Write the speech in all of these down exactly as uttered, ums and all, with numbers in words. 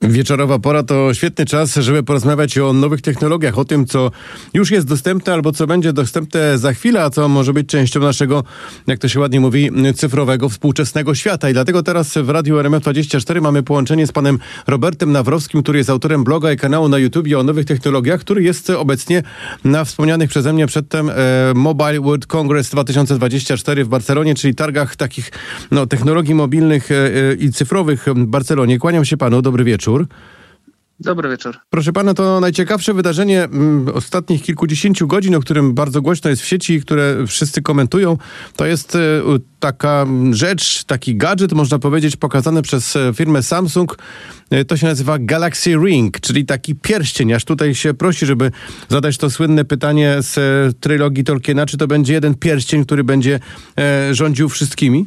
Wieczorowa pora to świetny czas, żeby porozmawiać o nowych technologiach, o tym, co już jest dostępne albo co będzie dostępne za chwilę, a co może być częścią naszego, jak to się ładnie mówi, cyfrowego, współczesnego świata. I dlatego teraz w Radiu R M F dwadzieścia cztery mamy połączenie z panem Robertem Nawrowskim, który jest autorem bloga i kanału na YouTubie o nowych technologiach, który jest obecnie na wspomnianych przeze mnie przedtem e, Mobile World Congress dwa tysiące dwadzieścia cztery w Barcelonie, czyli targach takich no, technologii mobilnych e, e, i cyfrowych w Barcelonie. Kłaniam się panu, dobry wieczór. Dobry wieczór. Proszę pana, to najciekawsze wydarzenie m, ostatnich kilkudziesięciu godzin, o którym bardzo głośno jest w sieci i które wszyscy komentują, to jest e, taka rzecz, taki gadżet, można powiedzieć, pokazany przez firmę Samsung. E, to się nazywa Galaxy Ring, czyli taki pierścień. Aż tutaj się prosi, żeby zadać to słynne pytanie z e, trylogii Tolkiena, czy to będzie jeden pierścień, który będzie e, rządził wszystkimi?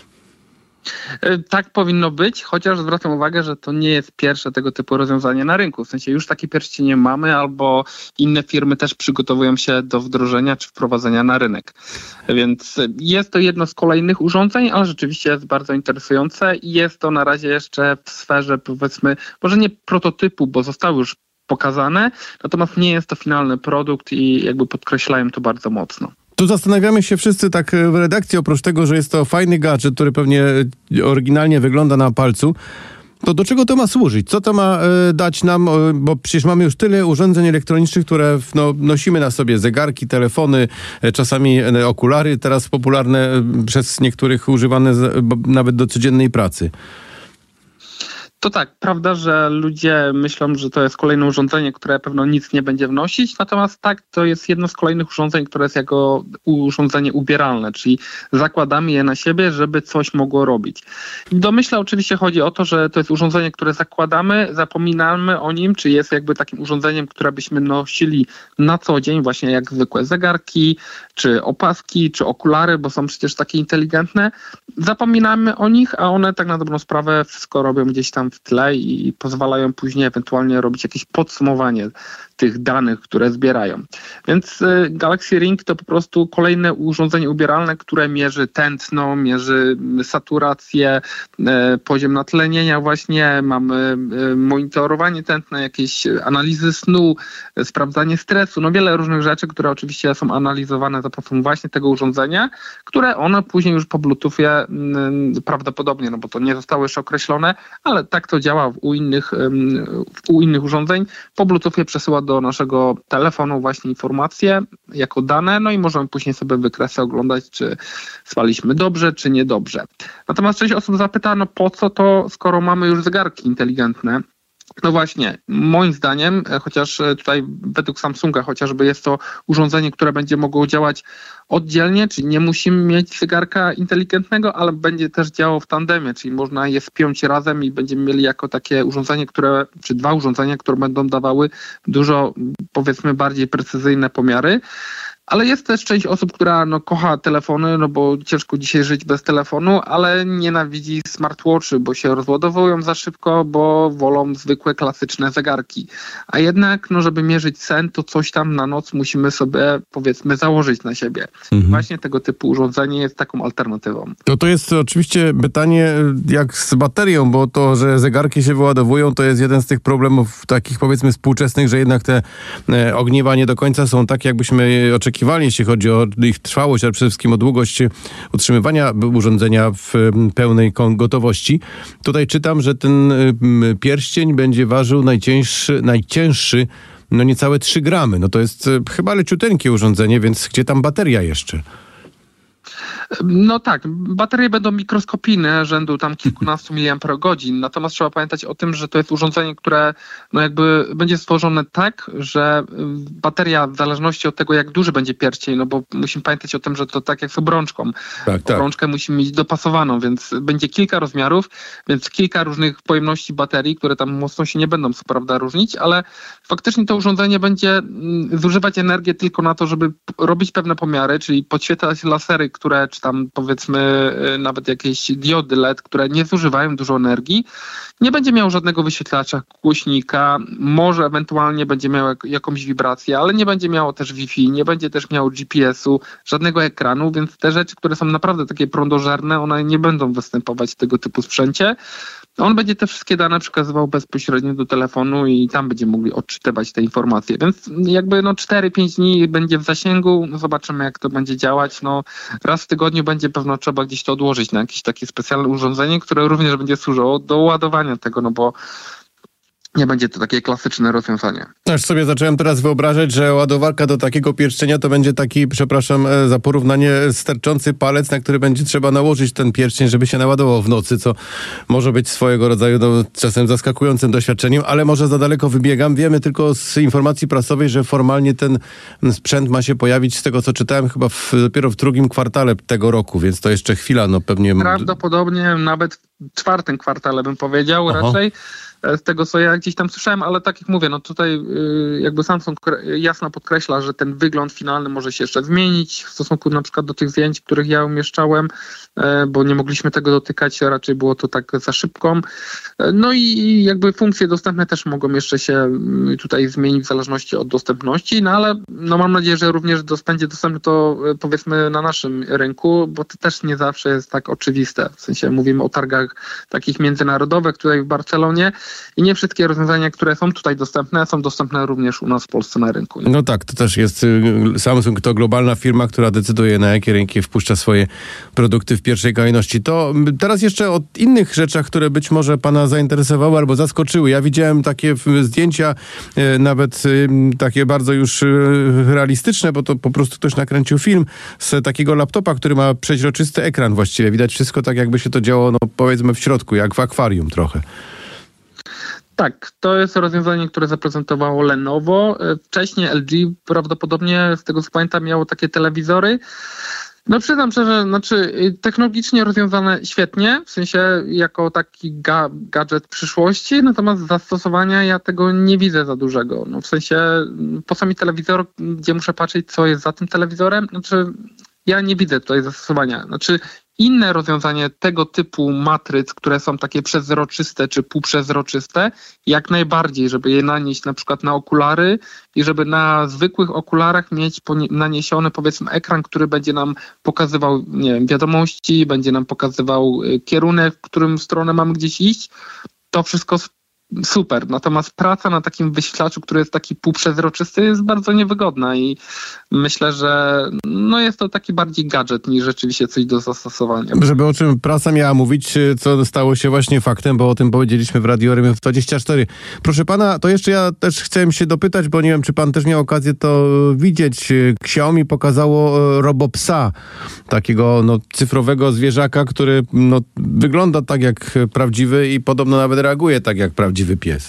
Tak powinno być, chociaż zwracam uwagę, że to nie jest pierwsze tego typu rozwiązanie na rynku. W sensie już takie pierścienie mamy, albo inne firmy też przygotowują się do wdrożenia czy wprowadzenia na rynek. Więc jest to jedno z kolejnych urządzeń, ale rzeczywiście jest bardzo interesujące i jest to na razie jeszcze w sferze, powiedzmy, może nie prototypu, bo zostały już pokazane, natomiast nie jest to finalny produkt i jakby podkreślają to bardzo mocno. Tu zastanawiamy się wszyscy tak w redakcji, oprócz tego, że jest to fajny gadżet, który pewnie oryginalnie wygląda na palcu, to do czego to ma służyć? Co to ma e, dać nam? E, bo przecież mamy już tyle urządzeń elektronicznych, które no, nosimy na sobie, zegarki, telefony, e, czasami e, okulary, teraz popularne e, przez niektórych używane z, b, nawet do codziennej pracy. To tak, prawda, że ludzie myślą, że to jest kolejne urządzenie, które pewno nic nie będzie wnosić, natomiast tak, to jest jedno z kolejnych urządzeń, które jest jako urządzenie ubieralne, czyli zakładamy je na siebie, żeby coś mogło robić. W domyśle oczywiście chodzi o to, że to jest urządzenie, które zakładamy, zapominamy o nim, czy jest jakby takim urządzeniem, które byśmy nosili na co dzień, właśnie jak zwykłe zegarki, czy opaski, czy okulary, bo są przecież takie inteligentne. Zapominamy o nich, a one tak na dobrą sprawę wszystko robią gdzieś tam w tle i pozwalają później ewentualnie robić jakieś podsumowanie tych danych, które zbierają. Więc Galaxy Ring to po prostu kolejne urządzenie ubieralne, które mierzy tętno, mierzy saturację, poziom natlenienia właśnie, mamy monitorowanie tętna, jakieś analizy snu, sprawdzanie stresu, no wiele różnych rzeczy, które oczywiście są analizowane za pomocą właśnie tego urządzenia, które one później już po Bluetoothie prawdopodobnie, no bo to nie zostało jeszcze określone, ale tak to działa u innych, u innych urządzeń, po Bluetoothie przesyła do naszego telefonu właśnie informacje jako dane, no i możemy później sobie wykresy oglądać, czy spaliśmy dobrze, czy niedobrze. Natomiast część osób zapyta, no po co to, skoro mamy już zegarki inteligentne? No właśnie, moim zdaniem, chociaż tutaj według Samsunga chociażby jest to urządzenie, które będzie mogło działać oddzielnie, czyli nie musimy mieć zegarka inteligentnego, ale będzie też działało w tandemie, czyli można je spiąć razem i będziemy mieli jako takie urządzenie, które, czy dwa urządzenia, które będą dawały dużo, powiedzmy, bardziej precyzyjne pomiary. Ale jest też część osób, która no, kocha telefony, no bo ciężko dzisiaj żyć bez telefonu, ale nienawidzi smartwatchy, bo się rozładowują za szybko, bo wolą zwykłe, klasyczne zegarki. A jednak, no, żeby mierzyć sen, to coś tam na noc musimy sobie, powiedzmy, założyć na siebie. Mhm. Właśnie tego typu urządzenie jest taką alternatywą. No to jest oczywiście pytanie jak z baterią, bo to, że zegarki się wyładowują, to jest jeden z tych problemów takich, powiedzmy, współczesnych, że jednak te e, ogniwa nie do końca są takie, jakbyśmy oczekiwali, jeśli chodzi o ich trwałość, ale przede wszystkim o długość utrzymywania urządzenia w pełnej gotowości. Tutaj czytam, że ten pierścień będzie ważył najcięższy, najcięższy no niecałe trzy gramy. No to jest chyba leciuteńkie urządzenie, więc gdzie tam bateria jeszcze? No tak, baterie będą mikroskopijne, rzędu tam kilkunastu miliamperogodzin, natomiast trzeba pamiętać o tym, że to jest urządzenie, które no jakby będzie stworzone tak, że bateria w zależności od tego, jak duży będzie pierścień, no bo musimy pamiętać o tym, że to tak jak z obrączką. Tak, tak. Obrączkę musimy mieć dopasowaną, więc będzie kilka rozmiarów, więc kilka różnych pojemności baterii, które tam mocno się nie będą co prawda różnić, ale faktycznie to urządzenie będzie zużywać energię tylko na to, żeby robić pewne pomiary, czyli podświetlać lasery, które, czy tam powiedzmy nawet jakieś diody L E D, które nie zużywają dużo energii. Nie będzie miał żadnego wyświetlacza, głośnika, może ewentualnie będzie miał jak, jakąś wibrację, ale nie będzie miało też Wi-Fi, nie będzie też miało G P S-u, żadnego ekranu, więc te rzeczy, które są naprawdę takie prądożerne, one nie będą występować w tego typu sprzęcie. On będzie te wszystkie dane przekazywał bezpośrednio do telefonu i tam będziemy mogli odczytywać te informacje. Więc jakby no cztery pięć dni będzie w zasięgu. No zobaczymy, jak to będzie działać. No raz w tygodniu będzie pewno trzeba gdzieś to odłożyć na jakieś takie specjalne urządzenie, które również będzie służyło do ładowania tego, no bo nie będzie to takie klasyczne rozwiązanie. Aż sobie zacząłem teraz wyobrażać, że ładowarka do takiego pierścienia to będzie taki, przepraszam za porównanie, sterczący palec, na który będzie trzeba nałożyć ten pierścień, żeby się naładował w nocy, co może być swojego rodzaju no, czasem zaskakującym doświadczeniem, ale może za daleko wybiegam. Wiemy tylko z informacji prasowej, że formalnie ten sprzęt ma się pojawić, z tego co czytałem, chyba w, dopiero w drugim kwartale tego roku, więc to jeszcze chwila, no pewnie... Prawdopodobnie nawet w czwartym kwartale bym powiedział. Aha. Raczej. Z tego, co ja gdzieś tam słyszałem, ale tak jak mówię, no tutaj jakby Samsung jasno podkreśla, że ten wygląd finalny może się jeszcze zmienić w stosunku na przykład do tych zdjęć, których ja umieszczałem, bo nie mogliśmy tego dotykać, raczej było to tak za szybką. No i jakby funkcje dostępne też mogą jeszcze się tutaj zmienić w zależności od dostępności, no ale no mam nadzieję, że również będzie dostępne to powiedzmy na naszym rynku, bo to też nie zawsze jest tak oczywiste. W sensie mówimy o targach takich międzynarodowych tutaj w Barcelonie, i nie wszystkie rozwiązania, które są tutaj dostępne, są dostępne również u nas w Polsce na rynku. No tak, to też jest Samsung, to globalna firma, która decyduje, na jakie rynki wpuszcza swoje produkty w pierwszej kolejności. To teraz jeszcze o innych rzeczach, które być może pana zainteresowały albo zaskoczyły. Ja widziałem takie zdjęcia, nawet takie bardzo już realistyczne, bo to po prostu ktoś nakręcił film z takiego laptopa, który ma przeźroczysty ekran właściwie. Widać wszystko tak, jakby się to działo, no powiedzmy w środku, jak w akwarium trochę. Tak, to jest rozwiązanie, które zaprezentowało Lenovo. Wcześniej L G prawdopodobnie, z tego co pamiętam, miało takie telewizory. No przyznam szczerze, znaczy technologicznie rozwiązane świetnie, w sensie jako taki ga- gadżet przyszłości, natomiast zastosowania ja tego nie widzę za dużego. No w sensie po co mi telewizor, gdzie muszę patrzeć, co jest za tym telewizorem? Znaczy ja nie widzę tutaj zastosowania. Znaczy inne rozwiązanie tego typu matryc, które są takie przezroczyste czy półprzezroczyste, jak najbardziej, żeby je nanieść na przykład na okulary i żeby na zwykłych okularach mieć naniesiony powiedzmy ekran, który będzie nam pokazywał, nie wiem, wiadomości, będzie nam pokazywał kierunek, w którym stronę mamy gdzieś iść. To wszystko super, natomiast praca na takim wyświetlaczu, który jest taki półprzezroczysty, jest bardzo niewygodna i myślę, że no jest to taki bardziej gadżet niż rzeczywiście coś do zastosowania. Żeby o czym prasa miała mówić, co stało się właśnie faktem, bo o tym powiedzieliśmy w Radiu R M F dwadzieścia cztery. Proszę pana, to jeszcze ja też chciałem się dopytać, bo nie wiem, czy pan też miał okazję to widzieć. Xiaomi pokazało Robopsa, takiego no, cyfrowego zwierzaka, który no, wygląda tak jak prawdziwy i podobno nawet reaguje tak jak prawdziwy pies.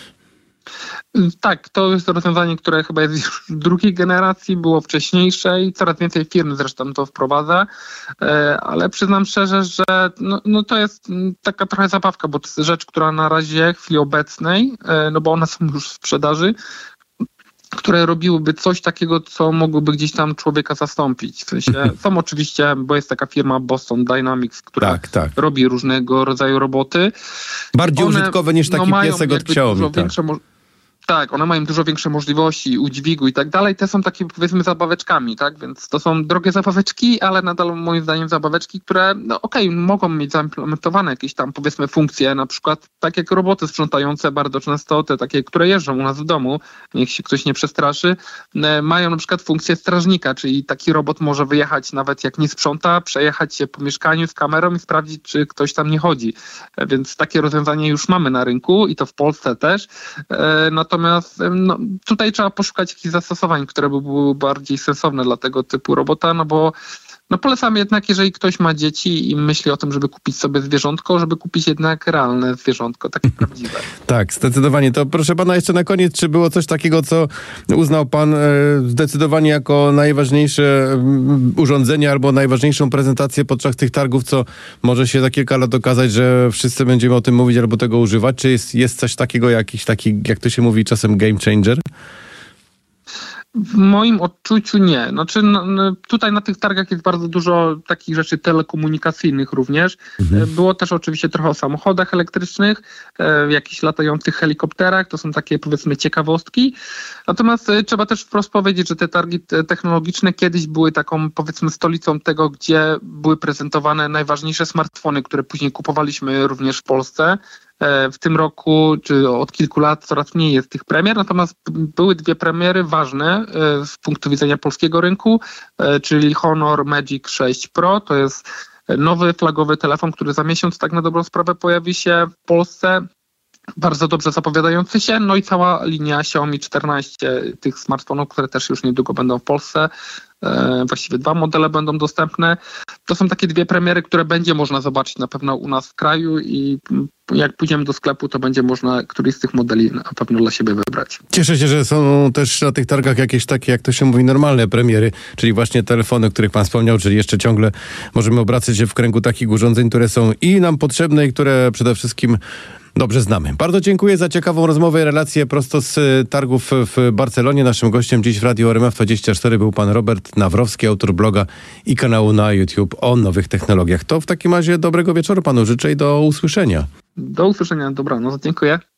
Tak, to jest rozwiązanie, które chyba jest już drugiej generacji, było wcześniejsze i coraz więcej firm zresztą to wprowadza, ale przyznam szczerze, że no, no to jest taka trochę zabawka, bo to jest rzecz, która na razie w chwili obecnej, no bo one są już w sprzedaży, które robiłyby coś takiego, co mogłoby gdzieś tam człowieka zastąpić. W sensie są oczywiście, bo jest taka firma Boston Dynamics, która tak, tak. robi różnego rodzaju roboty. Bardziej one, użytkowe niż taki no, piesek od Xiaomi. Tak. Tak, one mają dużo większe możliwości udźwigu i tak dalej. Te są takie, powiedzmy, zabaweczkami, tak? Więc to są drogie zabaweczki, ale nadal moim zdaniem zabaweczki, które, no okej, okay, mogą mieć zaimplementowane jakieś tam, powiedzmy, funkcje, na przykład tak jak roboty sprzątające bardzo często, te takie, które jeżdżą u nas w domu, niech się ktoś nie przestraszy, mają na przykład funkcję strażnika, czyli taki robot może wyjechać nawet jak nie sprząta, przejechać się po mieszkaniu z kamerą i sprawdzić, czy ktoś tam nie chodzi. Więc takie rozwiązanie już mamy na rynku i to w Polsce też. Natomiast Natomiast no, tutaj trzeba poszukać jakichś zastosowań, które by były bardziej sensowne dla tego typu robota, no bo no polecam jednak, jeżeli ktoś ma dzieci i myśli o tym, żeby kupić sobie zwierzątko, żeby kupić jednak realne zwierzątko, takie prawdziwe. Tak, zdecydowanie. To proszę pana jeszcze na koniec, czy było coś takiego, co uznał pan e, zdecydowanie jako najważniejsze m, urządzenie albo najważniejszą prezentację podczas tych targów, co może się za kilka lat okazać, że wszyscy będziemy o tym mówić albo tego używać? Czy jest, jest coś takiego, jakiś taki, jak to się mówi czasem, game changer? W moim odczuciu nie. Znaczy, no, tutaj na tych targach jest bardzo dużo takich rzeczy telekomunikacyjnych również. Mhm. Było też oczywiście trochę o samochodach elektrycznych, e, jakichś latających helikopterach. To są takie, powiedzmy, ciekawostki. Natomiast e, trzeba też wprost powiedzieć, że te targi technologiczne kiedyś były taką, powiedzmy, stolicą tego, gdzie były prezentowane najważniejsze smartfony, które później kupowaliśmy również w Polsce. W tym roku, czy od kilku lat coraz mniej jest tych premier, natomiast były dwie premiery ważne z punktu widzenia polskiego rynku, czyli Honor Magic sześć Pro, to jest nowy flagowy telefon, który za miesiąc tak na dobrą sprawę pojawi się w Polsce, bardzo dobrze zapowiadający się, no i cała linia Xiaomi czternaście, tych smartfonów, które też już niedługo będą w Polsce. E, właściwie dwa modele będą dostępne. To są takie dwie premiery, które będzie można zobaczyć na pewno u nas w kraju i jak pójdziemy do sklepu, to będzie można któryś z tych modeli na pewno dla siebie wybrać. Cieszę się, że są też na tych targach jakieś takie, jak to się mówi, normalne premiery, czyli właśnie telefony, o których pan wspomniał, czyli jeszcze ciągle możemy obracać się w kręgu takich urządzeń, które są i nam potrzebne i które przede wszystkim dobrze znamy. Bardzo dziękuję za ciekawą rozmowę i relację prosto z targów w Barcelonie. Naszym gościem dziś w Radiu R M F dwadzieścia cztery był pan Robert Nawrowski, autor bloga i kanału na YouTube o nowych technologiach. To w takim razie dobrego wieczoru panu życzę i do usłyszenia. Do usłyszenia, dobranoc, dziękuję.